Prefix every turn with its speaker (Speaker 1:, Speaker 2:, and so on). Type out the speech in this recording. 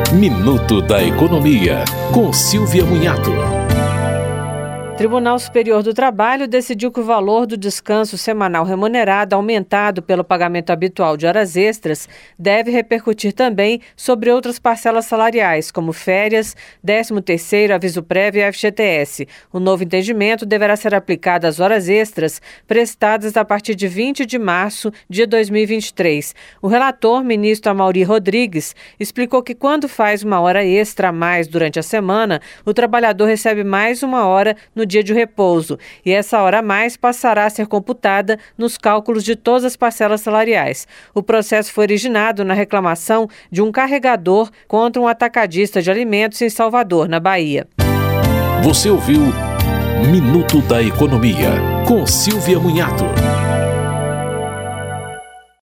Speaker 1: Minuto da Economia, com Silvia Munhato.
Speaker 2: Tribunal Superior do Trabalho decidiu que o valor do descanso semanal remunerado aumentado pelo pagamento habitual de horas extras deve repercutir também sobre outras parcelas salariais, como férias, 13º, aviso prévio e FGTS. O novo entendimento deverá ser aplicado às horas extras prestadas a partir de 20 de março de 2023. O relator, ministro Amaury Rodrigues, explicou que quando faz uma hora extra a mais durante a semana, o trabalhador recebe mais uma hora no dia de repouso, e essa hora a mais passará a ser computada nos cálculos de todas as parcelas salariais. O processo foi originado na reclamação de um carregador contra um atacadista de alimentos em Salvador, na Bahia.
Speaker 1: Você ouviu Minuto da Economia, com Silvia Munhato.